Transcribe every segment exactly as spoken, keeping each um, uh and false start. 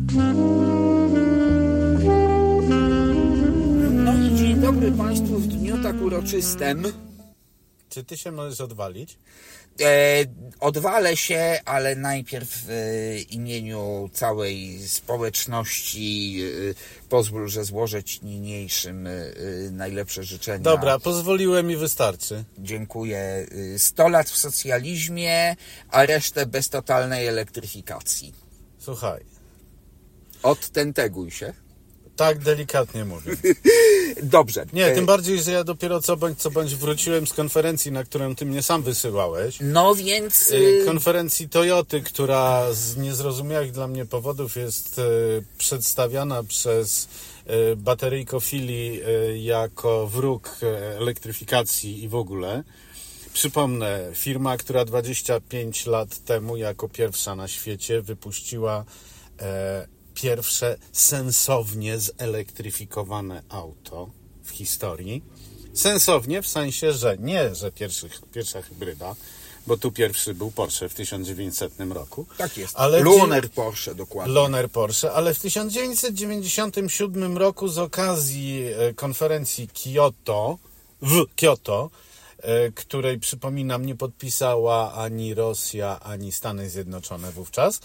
No i dzień dobry Państwu w dniu tak uroczystym. Czy ty się możesz odwalić? E, odwalę się, ale najpierw w imieniu całej społeczności e, pozwól, że złożę Ci niniejszym e, najlepsze życzenia. Dobra, pozwoliłem i wystarczy. Dziękuję. sto lat w socjalizmie, a resztę bez totalnej elektryfikacji. Słuchaj. Odtenteguj się. Tak delikatnie mówię. Dobrze. Nie, tym bardziej, że ja dopiero co bądź co bądź wróciłem z konferencji, na którą ty mnie sam wysyłałeś. No więc... Konferencji Toyoty, która z niezrozumiałych dla mnie powodów jest przedstawiana przez bateryjkofili jako wróg elektryfikacji i w ogóle. Przypomnę, firma, która dwadzieścia pięć lat temu jako pierwsza na świecie wypuściła e, pierwsze sensownie zelektryfikowane auto w historii. Sensownie w sensie, że nie, że pierwszy, pierwsza hybryda, bo tu pierwszy był Porsche w tysiąc dziewięćsetnym roku. Tak jest, ale Lohner Porsche dokładnie. Lohner Porsche, ale w tysiąc dziewięćset dziewięćdziesiątym siódmym roku z okazji konferencji Kyoto, w Kyoto, której, przypominam, nie podpisała ani Rosja, ani Stany Zjednoczone wówczas,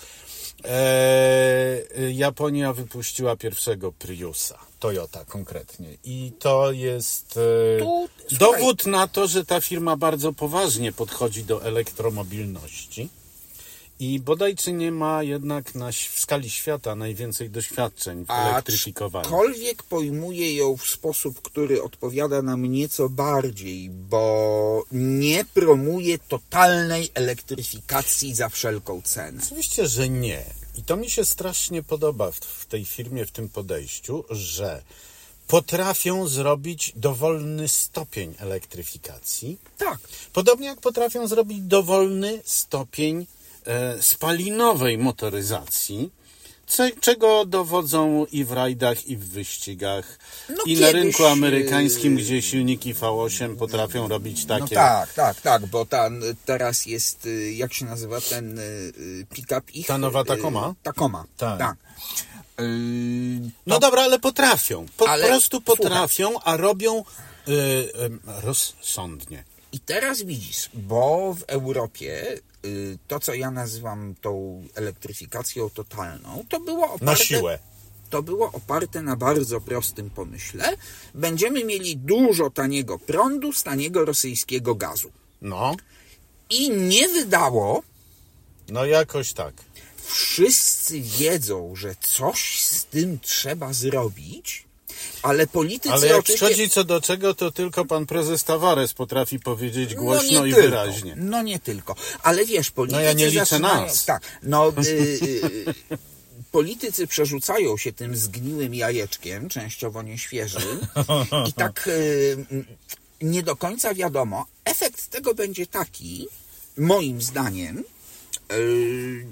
e, Japonia wypuściła pierwszego Priusa, Toyota konkretnie. I to jest e, tu, dowód na to, że ta firma bardzo poważnie podchodzi do elektromobilności. I bodaj czy nie ma jednak na, w skali świata najwięcej doświadczeń w elektryfikowaniu. Aczkolwiek pojmuje ją w sposób, który odpowiada nam nieco bardziej, bo nie promuje totalnej elektryfikacji za wszelką cenę. Oczywiście, że nie. I to mi się strasznie podoba w, w tej firmie, w tym podejściu, że potrafią zrobić dowolny stopień elektryfikacji. Tak. Podobnie jak potrafią zrobić dowolny stopień spalinowej motoryzacji, co, czego dowodzą i w rajdach, i w wyścigach, no i kiedyś na rynku amerykańskim, gdzie silniki V osiem potrafią robić takie... No tak, tak, tak, bo ta, teraz jest, jak się nazywa ten pick-up ich? Ta nowa Tacoma? Tacoma, tak. tak. Yy, no dobra, ale potrafią. Po ale, prostu potrafią, słuchaj. a robią yy, yy, rozsądnie. I teraz widzisz, bo w Europie to, co ja nazywam tą elektryfikacją totalną, to było oparte... Na siłę. To było oparte na bardzo prostym pomyśle. Będziemy mieli dużo taniego prądu z taniego rosyjskiego gazu. No. I nie wydało... No jakoś tak. Wszyscy wiedzą, że coś z tym trzeba zrobić, ale politycy Ale jak oczywiście... przychodzi co do czego, to tylko pan prezes Tavares potrafi powiedzieć głośno no i tylko, wyraźnie. No nie tylko. Ale wiesz, politycy... No ja nie liczę zaczynają, nas. Tak, no... Y, y, politycy przerzucają się tym zgniłym jajeczkiem, częściowo nieświeżym, i tak y, nie do końca wiadomo. Efekt tego będzie taki, moim zdaniem, y,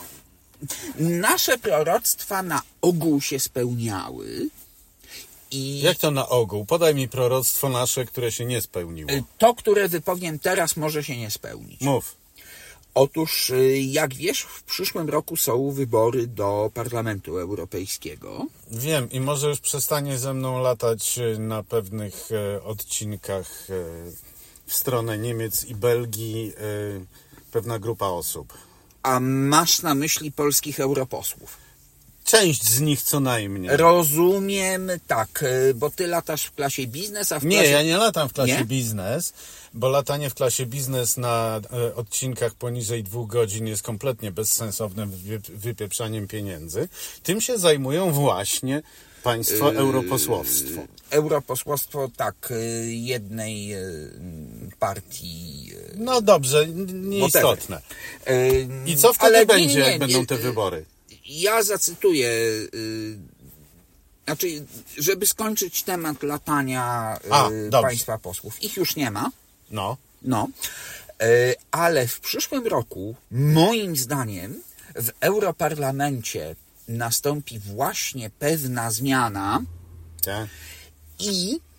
nasze proroctwa na ogół się spełniały. I jak to na ogół? Podaj mi proroctwo nasze, które się nie spełniło. To, które wypowiem teraz, może się nie spełnić. Mów. Otóż, jak wiesz, w przyszłym roku są wybory do Parlamentu Europejskiego. Wiem i może już przestanie ze mną latać na pewnych odcinkach w stronę Niemiec i Belgii pewna grupa osób. A masz na myśli polskich europosłów? Część z nich co najmniej. Rozumiem, tak, bo ty latasz w klasie biznes, a w nie, klasie... ja nie latam w klasie nie? biznes, bo latanie w klasie biznes na e, odcinkach poniżej dwóch godzin jest kompletnie bezsensownym wy, wypieprzaniem pieniędzy. Tym się zajmują właśnie państwo yy, europosłowstwo. Europosłowstwo, tak, jednej partii. No dobrze, nieistotne. Yy, I co wtedy ale będzie, nie, nie, jak będą te wybory? Ja zacytuję, yy, znaczy, żeby skończyć temat latania yy, A, państwa posłów. Ich już nie ma. No. No. Yy, ale w przyszłym roku, moim zdaniem, w Europarlamencie nastąpi właśnie pewna zmiana tak. i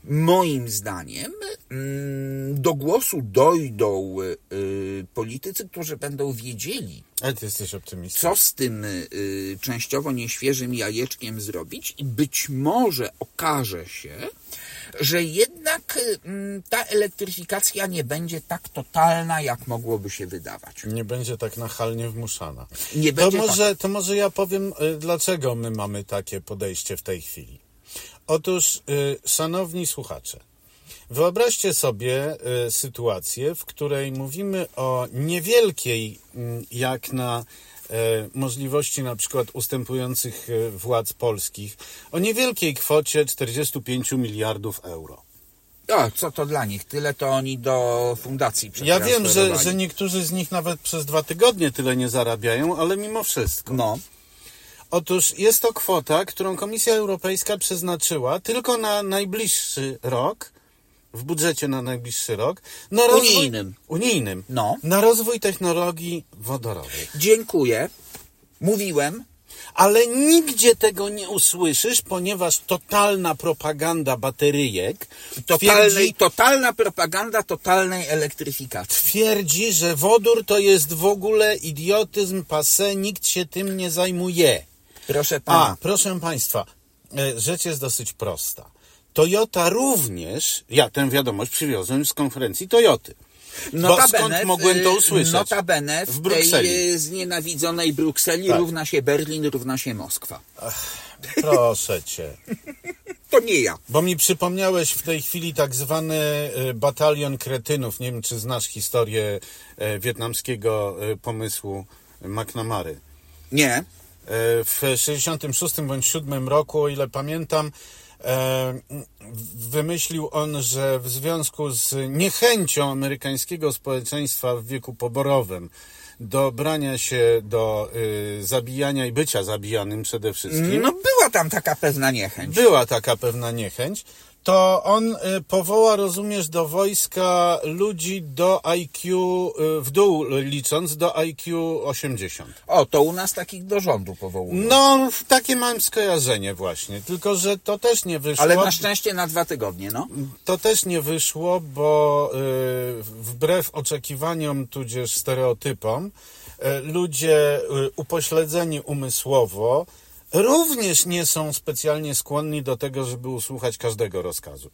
moim zdaniem do głosu dojdą politycy, którzy będą wiedzieli, Ale ty jesteś optymistą. co z tym częściowo nieświeżym jajeczkiem zrobić i być może okaże się, że jednak ta elektryfikacja nie będzie tak totalna, jak mogłoby się wydawać. Nie będzie tak nachalnie wmuszana. Nie to, będzie może, tak. to może ja powiem, dlaczego my mamy takie podejście w tej chwili. Otóż, szanowni słuchacze, wyobraźcie sobie sytuację, w której mówimy o niewielkiej, jak na możliwości na przykład ustępujących władz polskich, o niewielkiej kwocie czterdziestu pięciu miliardów euro. O, co to dla nich? Tyle to oni do fundacji Ja wiem, że, przetransferowali. że niektórzy z nich nawet przez dwa tygodnie tyle nie zarabiają, ale mimo wszystko. No. Otóż jest to kwota, którą Komisja Europejska przeznaczyła tylko na najbliższy rok, w budżecie na najbliższy rok, na rozwój, Unijnym. unijnym, No. na rozwój technologii wodorowych. Dziękuję. Mówiłem. Ale nigdzie tego nie usłyszysz, ponieważ totalna propaganda bateryjek Totalnej, twierdzi, totalna propaganda totalnej elektryfikacji. twierdzi, że wodór to jest w ogóle idiotyzm, passé, nikt się tym nie zajmuje. Proszę pana. A, proszę Państwa, rzecz jest dosyć prosta. Toyota również, ja tę wiadomość przywiozłem z konferencji Toyoty. Bo skąd mogłem to usłyszeć? Notabene w, w Brukseli. tej znienawidzonej Brukseli Tak. równa się Berlin, równa się Moskwa. Proszę Cię. To nie ja. Bo mi przypomniałeś w tej chwili tak zwany batalion kretynów. Nie wiem, czy znasz historię wietnamskiego pomysłu McNamary. Nie. W sześćdziesiątym szóstym bądź siódmym roku, o ile pamiętam, wymyślił on, że w związku z niechęcią amerykańskiego społeczeństwa w wieku poborowym do brania się do y, zabijania i bycia zabijanym przede wszystkim. No była tam taka pewna niechęć. Była taka pewna niechęć. To on y, powoła, rozumiesz, do wojska ludzi do I Q, y, w dół licząc, do I Q osiemdziesiąt. O, to u nas takich do rządu powołują. No, takie mam skojarzenie właśnie. Tylko, że to też nie wyszło. Ale na szczęście na dwa tygodnie, no. To też nie wyszło, bo y, wbrew oczekiwaniom, tudzież stereotypom, y, ludzie y, upośledzeni umysłowo również nie są specjalnie skłonni do tego, żeby usłuchać każdego rozkazu.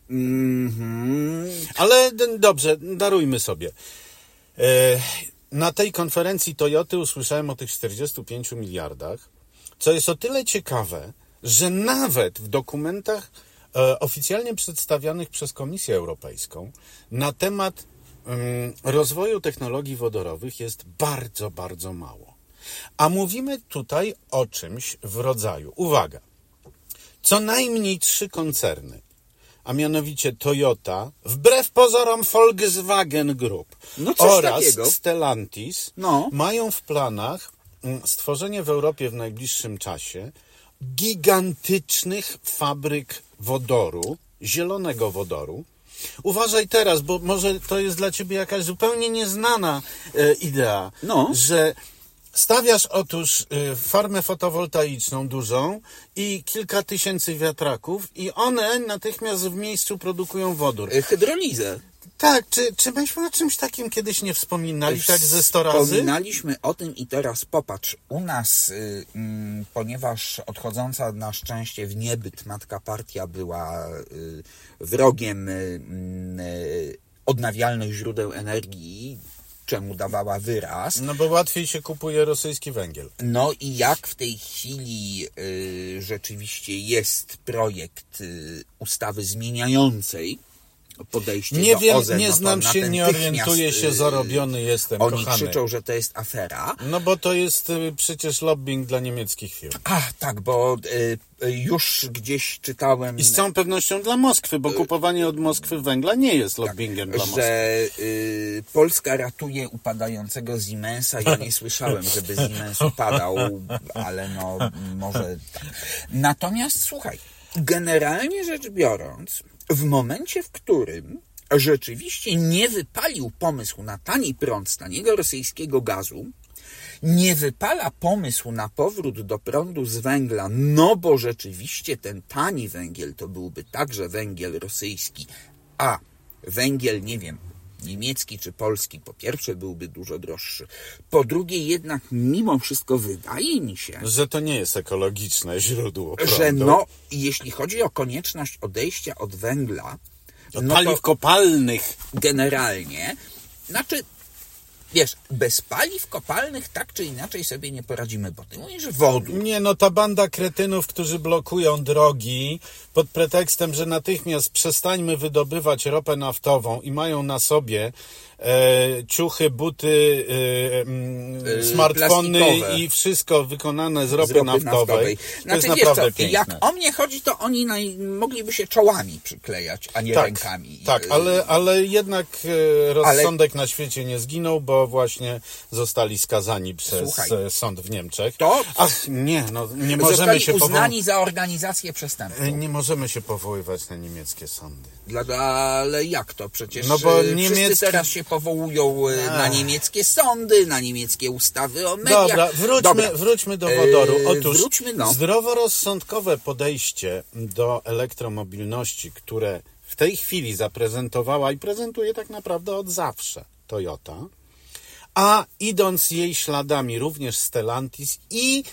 Mm-hmm. Ale d- dobrze, darujmy sobie. Y, na tej konferencji Toyoty usłyszałem o tych czterdziestu pięciu miliardach, co jest o tyle ciekawe, że nawet w dokumentach e, oficjalnie przedstawianych przez Komisję Europejską na temat mm, rozwoju technologii wodorowych jest bardzo, bardzo mało. A mówimy tutaj o czymś w rodzaju, uwaga, co najmniej trzy koncerny, a mianowicie Toyota, wbrew pozorom Volkswagen Group No coś oraz takiego. Stellantis No. mają w planach stworzenie w Europie w najbliższym czasie gigantycznych fabryk wodoru, zielonego wodoru. Uważaj teraz, bo może to jest dla ciebie jakaś zupełnie nieznana e, idea, No. że stawiasz otóż e, farmę fotowoltaiczną dużą i kilka tysięcy wiatraków i one natychmiast w miejscu produkują wodór. Hydrolizę. Tak, czy, czy myśmy o czymś takim kiedyś nie wspominali, tak ze sto razy? Wspominaliśmy o tym i teraz popatrz, u nas, y, y, ponieważ odchodząca na szczęście w niebyt matka partia była y, wrogiem y, y, odnawialnych źródeł energii, czemu dawała wyraz. No bo łatwiej się kupuje rosyjski węgiel. No i jak w tej chwili y, rzeczywiście jest projekt y, ustawy zmieniającej podejście Nie do wiem, O Z E, nie no to znam się, nie natychmiast, orientuję się, y, zarobiony jestem, Oni kochany. krzyczą, że to jest afera. No bo to jest y, przecież lobbying dla niemieckich firm. Ach, tak, bo y, y, już gdzieś czytałem, I z całą pewnością dla Moskwy, bo kupowanie od Moskwy węgla nie jest lobbyingiem dla Moskwy. że y, Polska ratuje upadającego Siemensa. Ja nie słyszałem, żeby Siemens upadał, ale no może tak. Natomiast słuchaj, generalnie rzecz biorąc, w momencie, w którym rzeczywiście nie wypalił pomysł na tani prąd z taniego rosyjskiego gazu, nie wypala pomysł na powrót do prądu z węgla, no bo rzeczywiście ten tani węgiel to byłby także węgiel rosyjski, a węgiel, nie wiem, niemiecki czy polski, po pierwsze byłby dużo droższy, po drugie jednak mimo wszystko wydaje mi się, że to nie jest ekologiczne źródło prądu. Że no, jeśli chodzi o konieczność odejścia od węgla, od no paliw kopalnych. Generalnie, znaczy, wiesz, bez paliw kopalnych tak czy inaczej sobie nie poradzimy, bo ty mówisz wodór. Nie, no ta banda kretynów, którzy blokują drogi pod pretekstem, że natychmiast przestańmy wydobywać ropę naftową i mają na sobie e, ciuchy, buty, e, e, smartfony plastikowe. I wszystko wykonane z ropy, z ropy naftowej. naftowej. To Znaczy, jest wiesz naprawdę co, piękne. jak o mnie chodzi, to oni naj... mogliby się czołami przyklejać, a nie tak, rękami. Tak, ale, ale jednak e, rozsądek ale... na świecie nie zginął, bo właśnie zostali skazani przez Słuchaj, sąd w Niemczech. To... Ach, nie, no nie możemy zostali się uznani powo... za organizację przestępczą. Nie możemy się powoływać na niemieckie sądy. Dla, ale jak to? Przecież no bo wszyscy niemiecki... teraz się powołują Ach. na niemieckie sądy, na niemieckie ustawy o mediach. Dobra, wróćmy, Dobra. wróćmy do wodoru. Otóż wróćmy, no. zdroworozsądkowe podejście do elektromobilności, które w tej chwili zaprezentowała i prezentuje tak naprawdę od zawsze Toyota, a idąc jej śladami również Stellantis i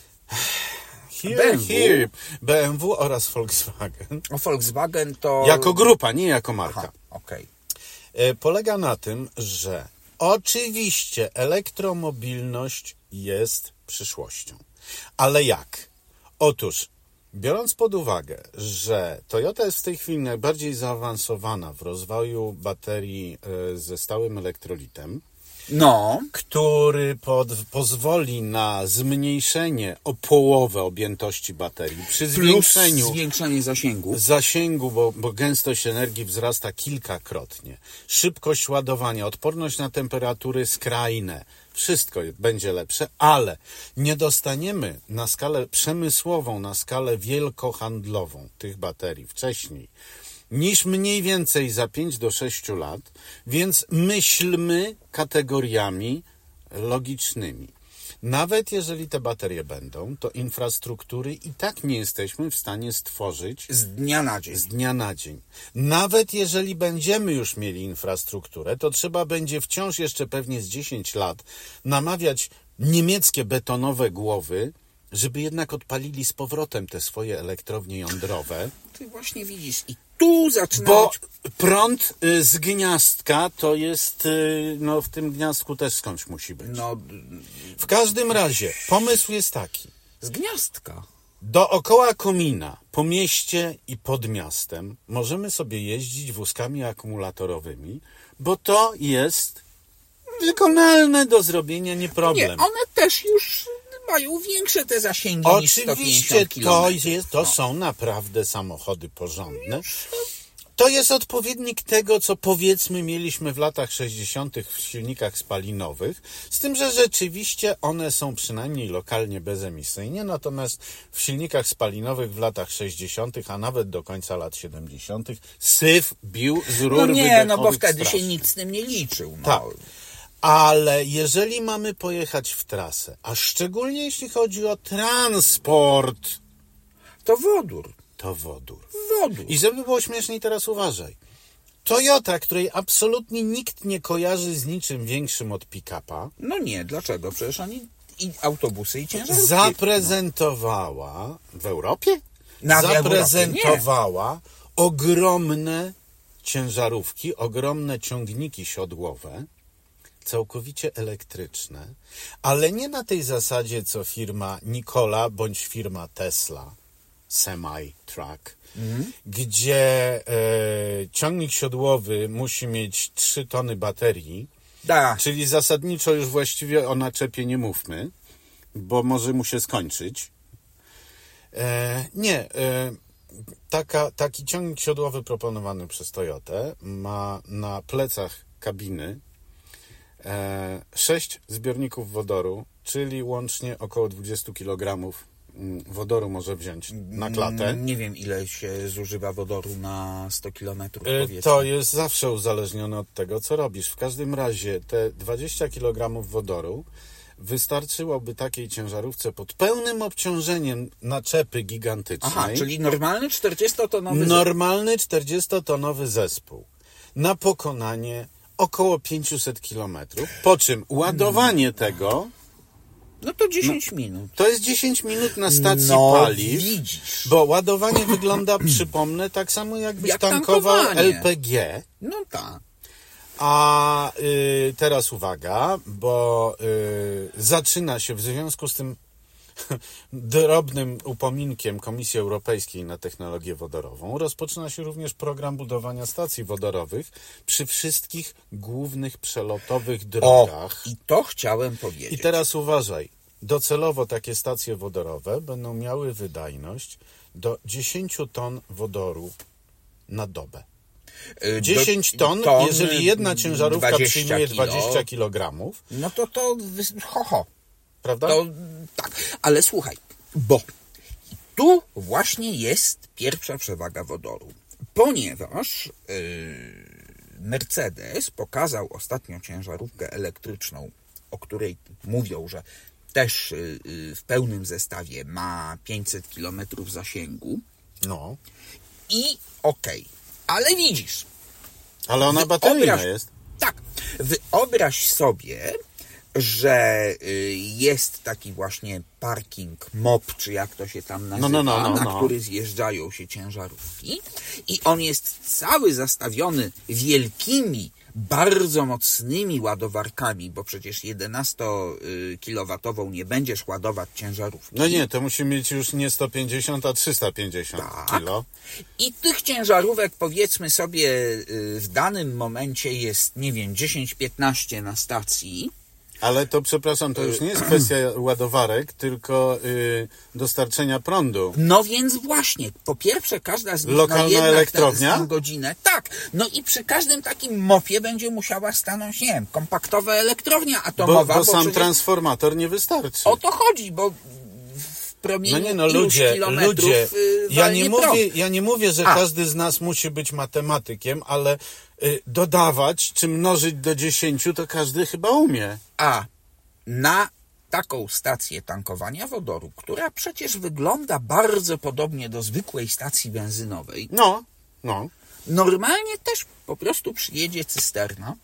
here, B M W. here, B M W oraz Volkswagen. O Volkswagen to... Jako grupa, nie jako marka. Aha, okej. Okay. Polega na tym, że oczywiście elektromobilność jest przyszłością. Ale jak? Otóż, biorąc pod uwagę, że Toyota jest w tej chwili najbardziej zaawansowana w rozwoju baterii ze stałym elektrolitem, no. który pod, pozwoli na zmniejszenie o połowę objętości baterii przy zwiększeniu zwiększenie zasięgu, zasięgu bo, bo gęstość energii wzrasta kilkakrotnie, szybkość ładowania, odporność na temperatury skrajne, wszystko będzie lepsze, ale nie dostaniemy na skalę przemysłową, na skalę wielkohandlową tych baterii wcześniej niż mniej więcej za pięć do sześciu lat, więc myślmy kategoriami logicznymi. Nawet jeżeli te baterie będą, to infrastruktury i tak nie jesteśmy w stanie stworzyć z dnia na dzień. Z dnia na dzień. Nawet jeżeli będziemy już mieli infrastrukturę, to trzeba będzie wciąż jeszcze pewnie z dziesięć lat namawiać niemieckie betonowe głowy, żeby jednak odpalili z powrotem te swoje elektrownie jądrowe. Ty właśnie widzisz i tu zaczyna... Bo prąd z gniazdka to jest, no w tym gniazdku też skądś musi być. No, w każdym razie, pomysł jest taki. Z gniazdka. Dookoła komina, po mieście i pod miastem możemy sobie jeździć wózkami akumulatorowymi, bo to jest wykonalne do zrobienia, nie problem. Nie, one też już mają większe te zasięgi niż sto pięćdziesiąt kilometrów. Oczywiście, to, jest, to no. są naprawdę samochody porządne. To jest odpowiednik tego, co powiedzmy mieliśmy w latach sześćdziesiątych w silnikach spalinowych, z tym, że rzeczywiście one są przynajmniej lokalnie bezemisyjnie, natomiast w silnikach spalinowych w latach sześćdziesiątych, a nawet do końca lat siedemdziesiątych syf bił z rur No nie, no bo wtedy strasznie. się nikt z tym nie liczył. No. Tak. Ale jeżeli mamy pojechać w trasę, a szczególnie jeśli chodzi o transport, to wodór. To wodór. Wodór. I żeby było śmieszniej, teraz uważaj. Toyota, której absolutnie nikt nie kojarzy z niczym większym od pick-upa. No nie, dlaczego? Przecież oni i autobusy i ciężarówki. Zaprezentowała no. w Europie? Na zaprezentowała ogromne ciężarówki, ogromne ciągniki siodłowe, całkowicie elektryczne, ale nie na tej zasadzie, co firma Nikola bądź firma Tesla, semi-truck, mhm. gdzie e, ciągnik siodłowy musi mieć trzy tony baterii, da. czyli zasadniczo już właściwie o naczepie nie mówmy, bo może mu się skończyć. E, nie, e, taka, taki ciągnik siodłowy proponowany przez Toyotę ma na plecach kabiny e, sześć zbiorników wodoru, czyli łącznie około dwadzieścia kilogramów wodoru może wziąć na klatę. Nie wiem, ile się zużywa wodoru na sto kilometrów, powiedzmy. To jest zawsze uzależnione od tego, co robisz. W każdym razie te dwadzieścia kilogramów wodoru wystarczyłoby takiej ciężarówce pod pełnym obciążeniem naczepy gigantycznej. Aha, czyli normalny czterdziestotonowy Normalny czterdziestotonowy zespół na pokonanie około pięćset kilometrów, po czym ładowanie tego... No to dziesięć no, minut. To jest dziesięć minut na stacji no, paliw, widzisz. Bo ładowanie wygląda, przypomnę, tak samo jakbyś Jak tankował tankowanie. L P G. No tak. A y, teraz uwaga, bo y, zaczyna się w związku z tym drobnym upominkiem Komisji Europejskiej na technologię wodorową, rozpoczyna się również program budowania stacji wodorowych przy wszystkich głównych przelotowych drogach. O, i to chciałem powiedzieć. I teraz uważaj, docelowo takie stacje wodorowe będą miały wydajność do dziesięć ton wodoru na dobę. dziesięć ton, ton, jeżeli jedna ciężarówka przyjmuje dwadzieścia kilogramów. No to to ho, ho. Prawda? To, tak, ale słuchaj, bo tu właśnie jest pierwsza przewaga wodoru, ponieważ yy, Mercedes pokazał ostatnio ciężarówkę elektryczną, o której mówią, że też yy, w pełnym zestawie ma pięćset kilometrów zasięgu. No. I okej, okay, ale widzisz. Ale ona bateryjna jest. Tak, wyobraź sobie, że jest taki właśnie parking M O P, czy jak to się tam nazywa, no, no, no, no, na no. który zjeżdżają się ciężarówki i on jest cały zastawiony wielkimi, bardzo mocnymi ładowarkami, bo przecież jedenastokilowatową nie będziesz ładować ciężarówki. No nie, to musi mieć już nie sto pięćdziesiąt, a trzysta pięćdziesiąt tak. kilo. I tych ciężarówek, powiedzmy sobie, w danym momencie jest, nie wiem, dziesięć piętnaście na stacji. Ale to, przepraszam, to już nie jest kwestia ładowarek, tylko y, dostarczenia prądu. No więc właśnie, po pierwsze każda z nich Lokalna no jednak elektrownia? na godzinę. Tak, no i przy każdym takim mopie będzie musiała stanąć, nie wiem, kompaktowa elektrownia atomowa. Bo, bo, bo sam przecież transformator nie wystarczy. o to chodzi, bo w promieniu no nie, no, iluś ludzie, kilometrów ludzie. Ja nie, mówię, prąd. ja nie mówię, że A. każdy z nas musi być matematykiem, ale y, dodawać czy mnożyć do dziesięciu to każdy chyba umie. A na taką stację tankowania wodoru, która przecież wygląda bardzo podobnie do zwykłej stacji benzynowej. No, no. Normalnie też po prostu przyjedzie cysterna.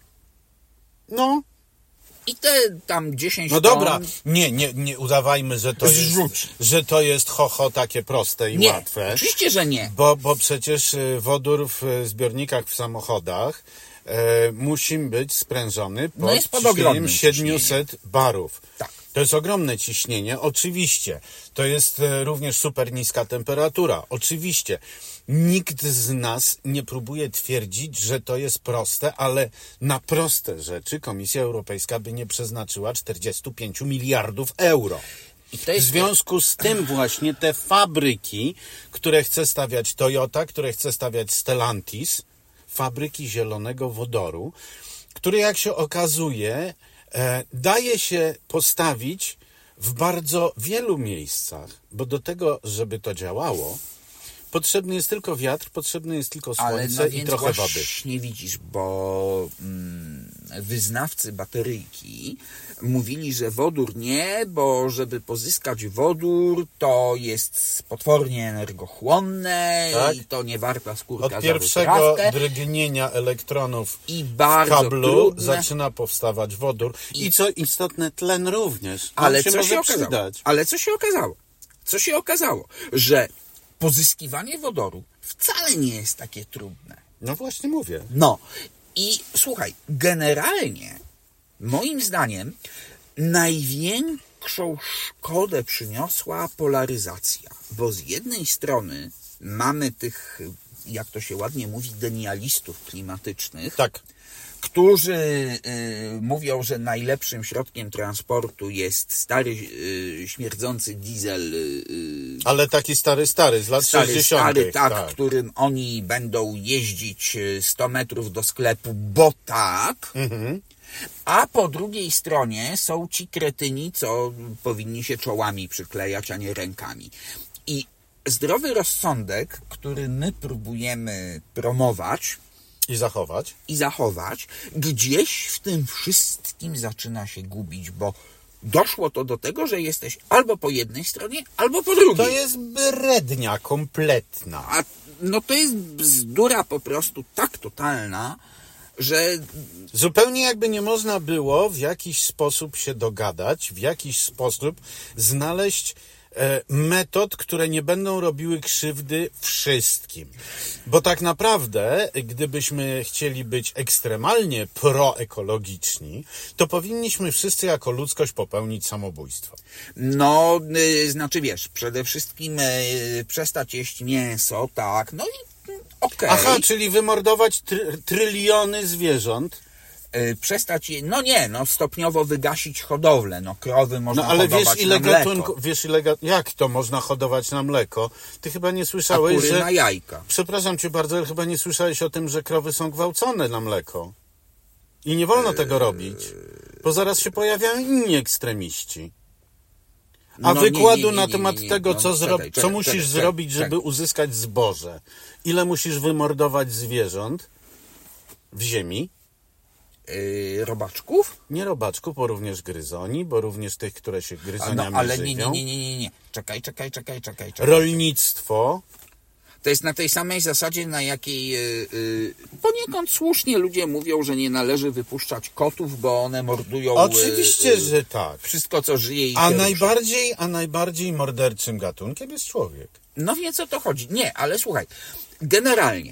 No. I te tam dziesięć No ton... dobra, nie, nie, nie udawajmy, że to jest, Zrzuci. że to jest ho, ho takie proste i nie, łatwe. oczywiście, że nie. Bo, bo przecież wodór w zbiornikach w samochodach e, musi być sprężony pod no jest pod ciśnieniem siedemset barów. Tak. To jest ogromne ciśnienie, oczywiście. To jest e, również super niska temperatura, oczywiście. Nikt z nas nie próbuje twierdzić, że to jest proste, ale na proste rzeczy Komisja Europejska by nie przeznaczyła czterdzieści pięć miliardów euro. I to jest... W związku z tym właśnie te fabryki, które chce stawiać Toyota, które chce stawiać Stellantis, fabryki zielonego wodoru, które jak się okazuje e, daje się postawić w bardzo wielu miejscach, bo do tego, żeby to działało, potrzebny jest tylko wiatr, potrzebne jest tylko słońce Ale no i trochę wody. właśnie widzisz, bo mm, wyznawcy bateryjki mówili, że wodór nie, bo żeby pozyskać wodór, to jest potwornie energochłonne tak? i to nie warta skórka Od za pierwszego wyprawkę. drgnienia elektronów I w bardzo kablu trudne. zaczyna powstawać wodór. I, I co istotne, tlen również. Ale się co może się okazało? przydać. Ale co się okazało? Co się okazało? Że pozyskiwanie wodoru wcale nie jest takie trudne. No właśnie mówię. No i słuchaj, generalnie moim zdaniem największą szkodę przyniosła polaryzacja, bo z jednej strony mamy tych, jak to się ładnie mówi, denialistów klimatycznych, Tak. którzy y, mówią, że najlepszym środkiem transportu jest stary, y, śmierdzący diesel. Y, Ale taki stary, stary, z lat stary, sześćdziesiątych. stary, tak, tak. którym oni będą jeździć sto metrów do sklepu, bo tak. Mhm. A po drugiej stronie są ci kretyni, co powinni się czołami przyklejać, a nie rękami. I zdrowy rozsądek, który my próbujemy promować, I zachować. i zachować, gdzieś w tym wszystkim zaczyna się gubić, bo doszło to do tego, że jesteś albo po jednej stronie, albo po drugiej. To jest brednia kompletna. A no to jest bzdura po prostu tak totalna, że... Zupełnie jakby nie można było w jakiś sposób się dogadać, w jakiś sposób znaleźć e, metod, które nie będą robiły krzywdy wszystkim. Bo tak naprawdę, gdybyśmy chcieli być ekstremalnie proekologiczni, to powinniśmy wszyscy jako ludzkość popełnić samobójstwo. No, y, znaczy wiesz, przede wszystkim y, przestać jeść mięso, tak, no i okej. Aha, czyli wymordować try, tryliony zwierząt. Y, przestać je, no nie, no stopniowo wygasić hodowlę, no krowy można No ale hodować wiesz ile na mleko. gatunków, wiesz ile ga... jak to można hodować na mleko? Ty chyba nie A słyszałeś, kury że... na jajka. Przepraszam cię bardzo, ale chyba nie słyszałeś o tym, że krowy są gwałcone na mleko. I nie wolno tego robić, bo zaraz się pojawiają inni ekstremiści. A No, wykładu nie, nie, nie, na nie, temat nie, nie. tego, No, co, czekaj, zro... czekaj, co czekaj, musisz czekaj, zrobić, czekaj. żeby uzyskać zboże. Ile musisz wymordować zwierząt w ziemi? Yy, robaczków? Nie robaczków, bo również gryzoni, bo również tych, które się A gryzoniami no, ale nie, żywią. nie, nie, nie, nie, nie. Czekaj, czekaj, czekaj, czekaj, czekaj. Rolnictwo. To jest na tej samej zasadzie, na jakiej yy, yy, poniekąd słusznie ludzie mówią, że nie należy wypuszczać kotów, bo one mordują Oczywiście, yy, że tak. wszystko, co żyje i A się najbardziej, a najbardziej morderczym gatunkiem jest człowiek. No więc o to chodzi. Nie, ale słuchaj, generalnie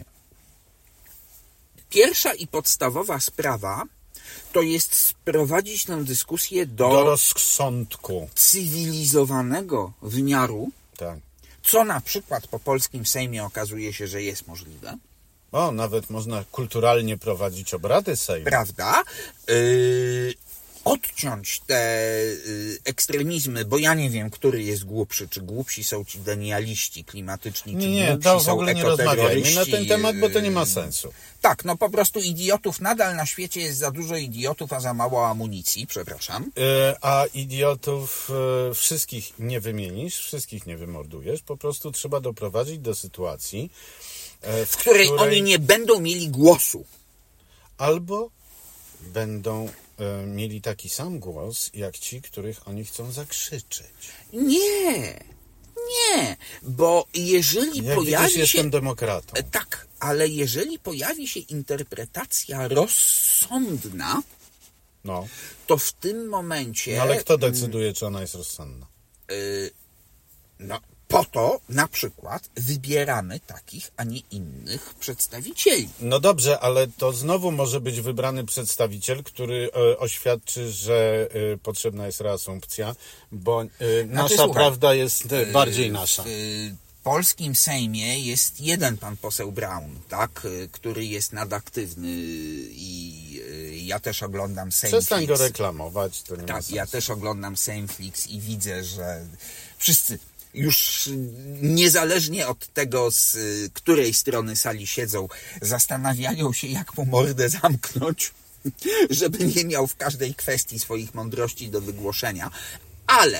pierwsza i podstawowa sprawa to jest sprowadzić tę dyskusję do, Do rozsądku. cywilizowanego wymiaru, Tak. co na przykład po polskim Sejmie okazuje się, że jest możliwe. O, nawet można kulturalnie prowadzić obrady Sejmu. Prawda? Yy, odciąć te yy, ekstremizmy, bo ja nie wiem, który jest głupszy, czy głupsi są ci denialiści klimatyczni, czy Nie, nie, głupsi to w są ogóle nie rozmawiajmy na ten ekoterroryści, temat, bo to nie ma yy, sensu. Tak, no po prostu idiotów nadal na świecie jest za dużo idiotów, a za mało amunicji, przepraszam. E, A idiotów e, wszystkich nie wymienisz, wszystkich nie wymordujesz, po prostu trzeba doprowadzić do sytuacji, e, w, W której oni nie będą mieli głosu. albo będą e, mieli taki sam głos, jak ci, których oni chcą zakrzyczeć. Nie, nie, bo jeżeli Jak pojawi widzisz, się... jestem demokratą. E, Tak, ale jeżeli pojawi się interpretacja rozsądna, No. to w tym momencie... No ale kto decyduje, czy ona jest rozsądna? y, no, po to na przykład wybieramy takich, a nie innych przedstawicieli. No dobrze, ale to znowu może być wybrany przedstawiciel, który e, oświadczy, że e, potrzebna jest reasumpcja, bo e, nasza słuchaj, prawda jest e, bardziej nasza. W y, polskim Sejmie jest jeden pan poseł Braun, tak, y, który jest nadaktywny i y, ja też oglądam Sejmflix. Przestań go reklamować, to nie ma Tak, sensu. ja też oglądam Sejmflix i widzę, że wszyscy już niezależnie od tego, z y, której strony sali siedzą, zastanawiają się, jak mu mordę zamknąć, żeby nie miał w każdej kwestii swoich mądrości do wygłoszenia. Ale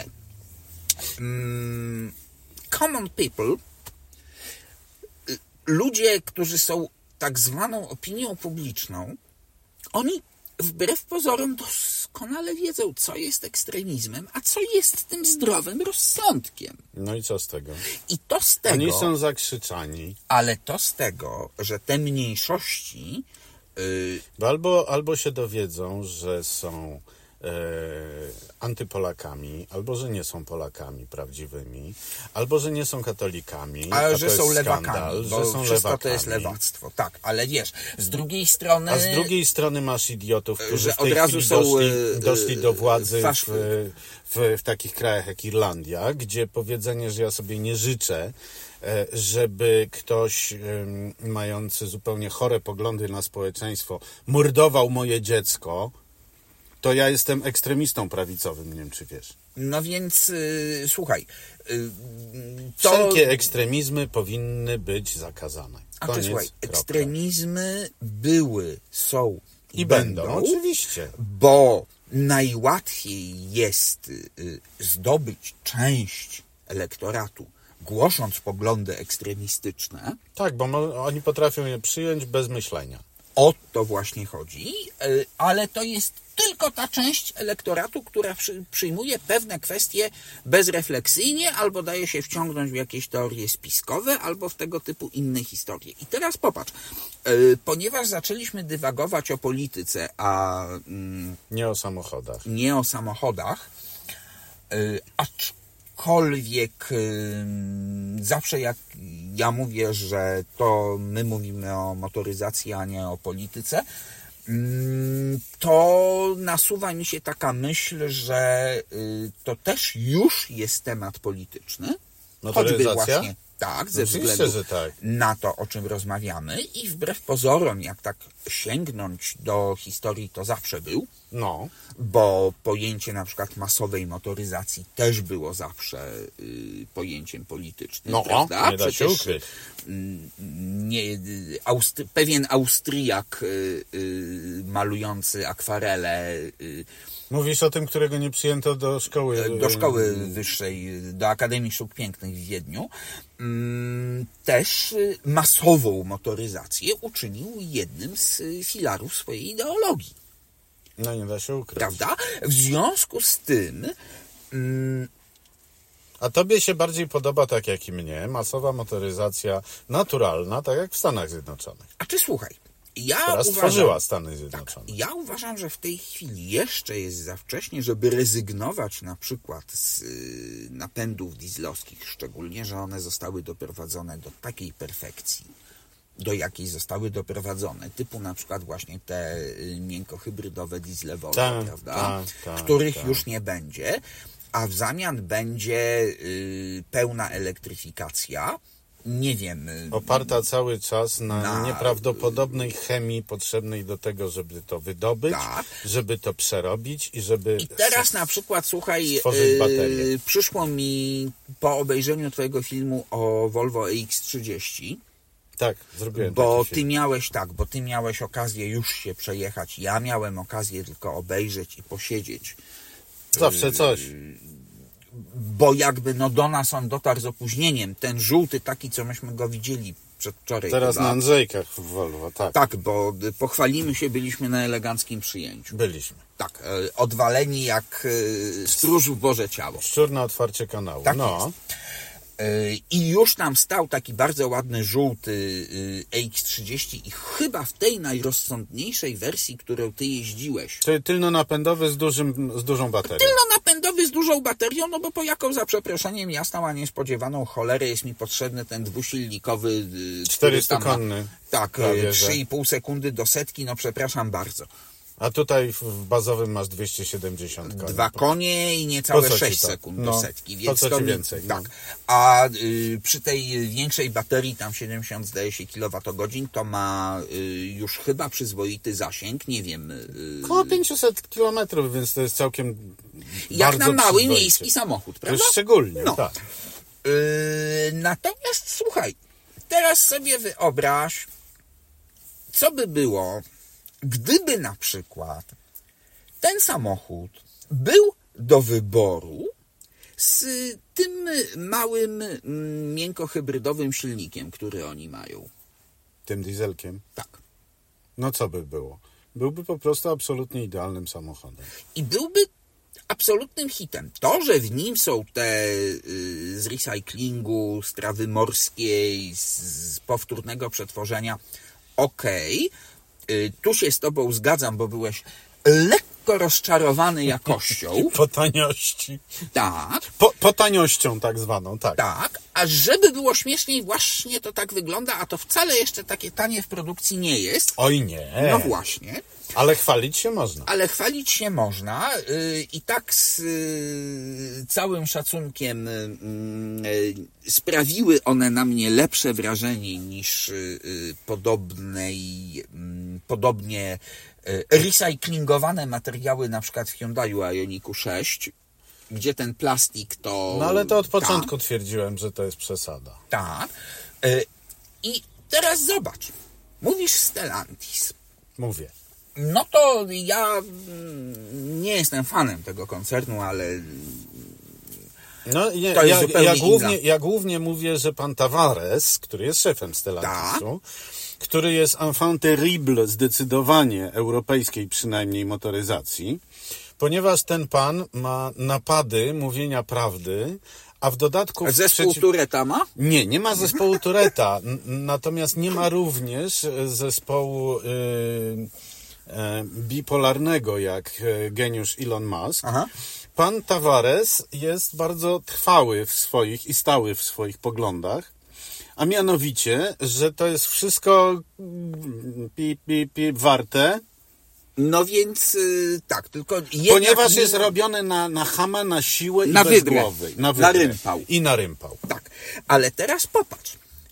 mm, common people, y, ludzie, którzy są tak zwaną opinią publiczną, oni wbrew pozorom doskonale wiedzą, co jest ekstremizmem, a co jest tym zdrowym rozsądkiem. No i co z tego? I to z tego, Oni są zakrzyczani. ale to z tego, że te mniejszości yy, Bo albo, albo się dowiedzą, że są e, antypolakami, albo że nie są Polakami prawdziwymi, albo że nie są katolikami, ale a że to są jest lewakami, skandal, bo że są wszystko lewakami. to jest lewactwo. Tak, ale wiesz, z drugiej strony... A z drugiej strony masz idiotów, którzy że w tej od razu chwili są, doszli, e, doszli do władzy fasz- w, w, w takich krajach jak Irlandia, gdzie powiedzenie, że ja sobie nie życzę, e, żeby ktoś em, mający zupełnie chore poglądy na społeczeństwo mordował moje dziecko, to ja jestem ekstremistą prawicowym, nie wiem czy wiesz. No więc yy, słuchaj, yy, to... Wszelkie ekstremizmy powinny być zakazane. A Koniec, czy słuchaj, kropka. ekstremizmy były, są i, I będą, oczywiście. Bo najłatwiej jest y, zdobyć część elektoratu, głosząc poglądy ekstremistyczne. Tak, bo mo- oni potrafią je przyjąć bez myślenia. O to właśnie chodzi, y, ale to jest tylko ta część elektoratu, która przy, przyjmuje pewne kwestie bezrefleksyjnie, albo daje się wciągnąć w jakieś teorie spiskowe, albo w tego typu inne historie. I teraz popatrz, yy, ponieważ zaczęliśmy dywagować o polityce, a yy, nie o samochodach. Nie o samochodach, yy, aczkolwiek yy, zawsze jak ja mówię, że to my mówimy o motoryzacji, a nie o polityce, to nasuwa mi się taka myśl, że to też już jest temat polityczny. Choćby właśnie tak, ze Oczywiście, względu że tak. na to, o czym rozmawiamy. I wbrew pozorom, jak tak sięgnąć do historii, to zawsze był. No. Bo pojęcie na przykład masowej motoryzacji też było zawsze y, pojęciem politycznym. No, prawda? nie da się ukryć. Nie, Austry, pewien Austriak y, y, malujący akwarele. Y, Mówisz o tym, którego nie przyjęto do szkoły. Do szkoły wyższej, do Akademii Sztuk Pięknych w Wiedniu. Też masową motoryzację uczynił jednym z filarów swojej ideologii. No nie da się ukryć. Prawda? W związku z tym... Mm, A tobie się bardziej podoba, tak jak i mnie, masowa motoryzacja naturalna, tak jak w Stanach Zjednoczonych. A czy słuchaj, ja która uważam, stworzyła Stany Zjednoczone. Tak, ja uważam, że w tej chwili jeszcze jest za wcześnie, żeby rezygnować na przykład z y, napędów dieslowskich, szczególnie, że one zostały doprowadzone do takiej perfekcji, do jakiej zostały doprowadzone, typu na przykład właśnie te y, miękkohybrydowe diesle Volvo, tak, prawda? Tak, tak, których tak. już nie będzie, a w zamian będzie y, pełna elektryfikacja. Nie wiem. Oparta cały czas na, na nieprawdopodobnej chemii potrzebnej do tego, żeby to wydobyć, tak. żeby to przerobić i żeby I teraz na przykład, słuchaj, stworzyć baterię. Yy, przyszło mi po obejrzeniu twojego filmu o Volvo E X trzydzieści. Tak, zrobiłem Bo taki ty film. miałeś tak, bo ty miałeś okazję już się przejechać. Ja miałem okazję tylko obejrzeć i posiedzieć. Zawsze coś. Bo jakby no do nas on dotarł z opóźnieniem. Ten żółty taki, co myśmy go widzieli przedwczoraj. Teraz chyba. na Andrzejkach w Volvo, tak. Tak, bo pochwalimy się, byliśmy na eleganckim przyjęciu. Byliśmy. Tak, e, odwaleni jak e, stróż w Boże ciało. Szczur na otwarcie kanału. Tak no. jest. I już tam stał taki bardzo ładny żółty E X trzydzieści i chyba w tej najrozsądniejszej wersji, którą ty jeździłeś. Czyli tylnonapędowy z, dużym, z dużą baterią. Tylnonapędowy z dużą baterią, no bo po jaką za przeproszeniem jasną, a niespodziewaną cholerę jest mi potrzebny ten dwusilnikowy czterystukonny. Tak, trzy i pół sekundy do setki, no przepraszam bardzo. A tutaj w bazowym masz dwieście siedemdziesiąt koni. Dwa konie i niecałe sześć sekund do no, setki. Więc po co ci więcej? Tak. No. A y, przy tej większej baterii, tam siedemdziesiąt zdaje się kilowatogodzin, to ma y, już chyba przyzwoity zasięg, nie wiem. Y, Około pięćset kilometrów, więc to jest całkiem jak bardzo na mały przyzwoicie. miejski samochód, prawda? To szczególnie, no. tak. Y, natomiast słuchaj, teraz sobie wyobraź, co by było, gdyby na przykład ten samochód był do wyboru z tym małym, miękkohybrydowym silnikiem, który oni mają. Tym dieselkiem? Tak. No co by było? Byłby po prostu absolutnie idealnym samochodem. I byłby absolutnym hitem. To, że w nim są te y, z recyklingu, z trawy morskiej, z, z powtórnego przetworzenia, okej. Okay. Tu się z tobą zgadzam, bo byłeś lekko rozczarowany jakością. Po taniości. Tak. Po, po taniością tak zwaną, tak. Tak, a żeby było śmieszniej, właśnie to tak wygląda, a to wcale jeszcze takie tanie w produkcji nie jest. Oj nie. No właśnie. Ale chwalić się można. Ale chwalić się można yy, i tak z yy, całym szacunkiem yy, sprawiły one na mnie lepsze wrażenie niż yy, podobnej, yy, podobnie yy, recyklingowane materiały na przykład w Hyundaiu Ioniqu sześć, gdzie ten plastik to... No ale to od początku tam, twierdziłem, że to jest przesada. tak. Yy, I teraz zobacz. Mówisz Stellantis. Mówię. No to ja nie jestem fanem tego koncernu, ale no, nie, to jest ja, zupełnie ja, głównie, inna. ja głównie mówię, że pan Tavares, który jest szefem Stellantisu, który jest enfant terrible zdecydowanie europejskiej przynajmniej motoryzacji, ponieważ ten pan ma napady mówienia prawdy, a w dodatku... A zespół przeciw... Touretta ma? Nie, nie ma zespołu Touretta, natomiast nie ma również zespołu y, y, bipolarnego jak geniusz Elon Musk. Aha. Pan Tavares jest bardzo trwały w swoich i stały w swoich poglądach, a mianowicie, że to jest wszystko pi, pi, pi, warte. No więc yy, tak, tylko... Ponieważ mimo... jest robione na, na chama, na siłę na i bez wydrę. głowy. Na, na rympał. I na rympał. Tak, ale teraz popatrz.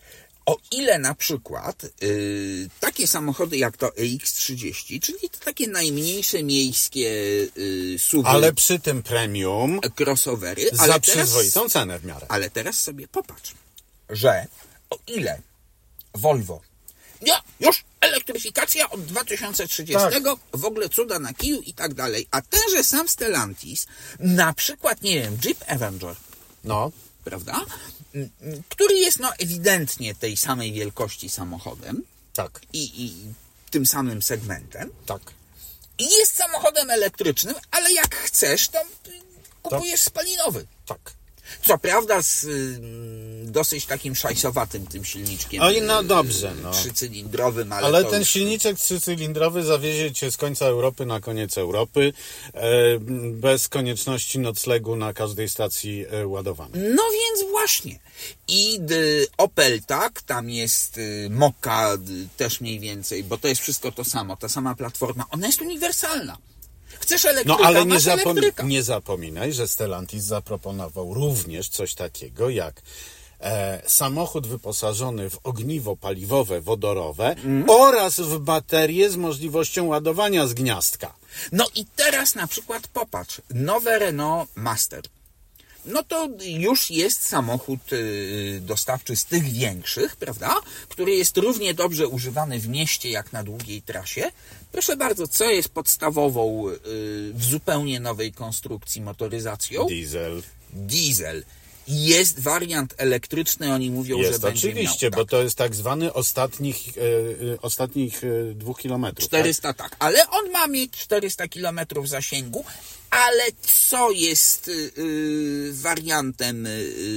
O ile na przykład yy, takie samochody jak to E X trzydzieści, czyli to takie najmniejsze miejskie yy, suwy, Ale przy tym premium crossovery, za ale przyzwoitą teraz, cenę w miarę. ale teraz sobie popatrz, że o ile Volvo, ja, już elektryfikacja od dwa tysiące trzydziestego, tak. W ogóle cuda na kiju i tak dalej, a tenże sam Stellantis, na przykład, nie wiem, Jeep Avenger, no, prawda? Który jest no ewidentnie tej samej wielkości samochodem, tak. i, i tym samym segmentem. Tak. I jest samochodem elektrycznym, ale jak chcesz, to kupujesz to... spalinowy. Tak. Co prawda z y, dosyć takim szajsowatym tym silniczkiem. Oj, no dobrze, no. Trzycylindrowym, ale, ale to ten już... silniczek trzycylindrowy zawiezie cię z końca Europy na koniec Europy, e, bez konieczności noclegu na każdej stacji e, ładowania. No więc właśnie. I y, Opel, tak, tam jest y, Mokka y, też mniej więcej, bo to jest wszystko to samo, ta sama platforma. Ona jest uniwersalna. Chcesz elektryka, no ale nie, masz zapom- elektryka. nie zapominaj, że Stellantis zaproponował również coś takiego jak e, samochód wyposażony w ogniwo paliwowe, wodorowe mm. oraz w baterię z możliwością ładowania z gniazdka. No i teraz na przykład popatrz, nowe Renault Master. No to już jest samochód y, dostawczy z tych większych, prawda? Który jest równie dobrze używany w mieście jak na długiej trasie. Proszę bardzo, co jest podstawową y, w zupełnie nowej konstrukcji motoryzacją? Diesel. Diesel. Jest wariant elektryczny, oni mówią, jest, że będzie oczywiście, miał, bo tak. to jest tak zwany ostatnich, e, ostatnich e, dwóch kilometrów. czterysta, tak? tak, ale on ma mieć czterysta kilometrów zasięgu, ale co jest y, wariantem,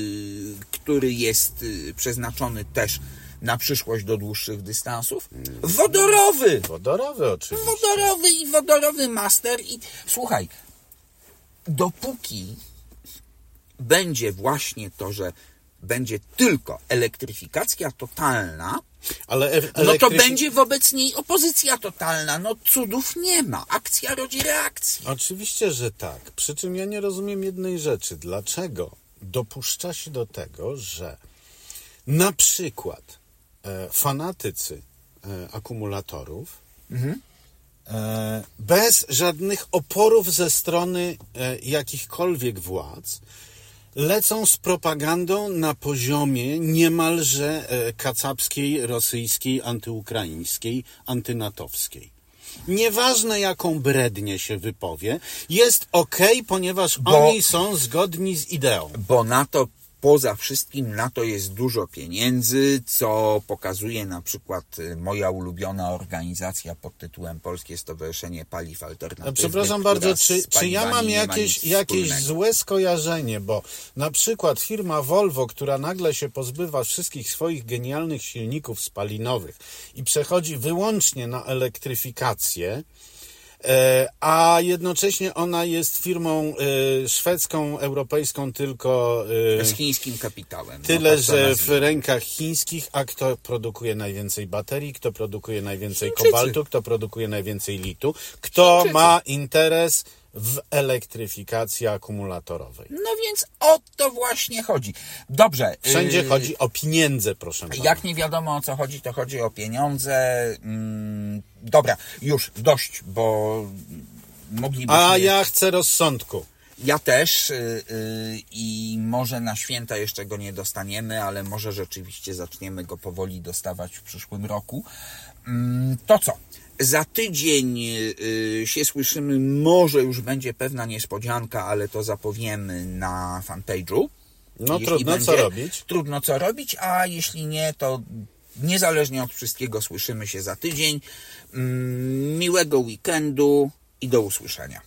y, który jest y, przeznaczony też na przyszłość do dłuższych dystansów? Wodorowy! Wodorowy oczywiście. Wodorowy i wodorowy Master. I słuchaj, dopóki będzie właśnie to, że będzie tylko elektryfikacja totalna, ale elektryfi- no to będzie wobec niej opozycja totalna. No cudów nie ma. Akcja rodzi reakcję. Oczywiście, że tak. Przy czym ja nie rozumiem jednej rzeczy. Dlaczego dopuszcza się do tego, że na przykład e, fanatycy e, akumulatorów mhm. e, bez żadnych oporów ze strony e, jakichkolwiek władz lecą z propagandą na poziomie niemalże e, kacapskiej, rosyjskiej, antyukraińskiej, antynatowskiej. Nieważne jaką brednię się wypowie, jest okej, ponieważ Bo, oni są zgodni z ideą. Bo na to, poza wszystkim, na to jest dużo pieniędzy, co pokazuje na przykład moja ulubiona organizacja pod tytułem Polskie Stowarzyszenie Paliw Alternatywnych. Przepraszam bardzo, czy, czy ja mam jakieś, jakieś złe skojarzenie, bo na przykład firma Volvo, która nagle się pozbywa wszystkich swoich genialnych silników spalinowych i przechodzi wyłącznie na elektryfikację, a jednocześnie ona jest firmą y, szwedzką, europejską, tylko y, z chińskim kapitałem. Tyle, no, że w rękach chińskich, a kto produkuje najwięcej baterii, kto produkuje najwięcej Chińczycy. kobaltu, kto produkuje najwięcej litu, kto Chińczycy. ma interes w elektryfikacji akumulatorowej. No więc o to właśnie chodzi. Dobrze. Wszędzie yy, chodzi o pieniądze, proszę pana. Jak nie wiadomo o co chodzi, to chodzi o pieniądze. Mm, dobra, już dość, bo moglibyśmy... A ja chcę rozsądku. Ja też yy, yy, i może na święta jeszcze go nie dostaniemy, ale może rzeczywiście zaczniemy go powoli dostawać w przyszłym roku. Yy, to co? Za tydzień y, się słyszymy, może już będzie pewna niespodzianka, ale to zapowiemy na fanpage'u. No Jeśli trudno będzie, co robić. Trudno co robić, a jeśli nie, to niezależnie od wszystkiego słyszymy się za tydzień. Miłego weekendu i do usłyszenia.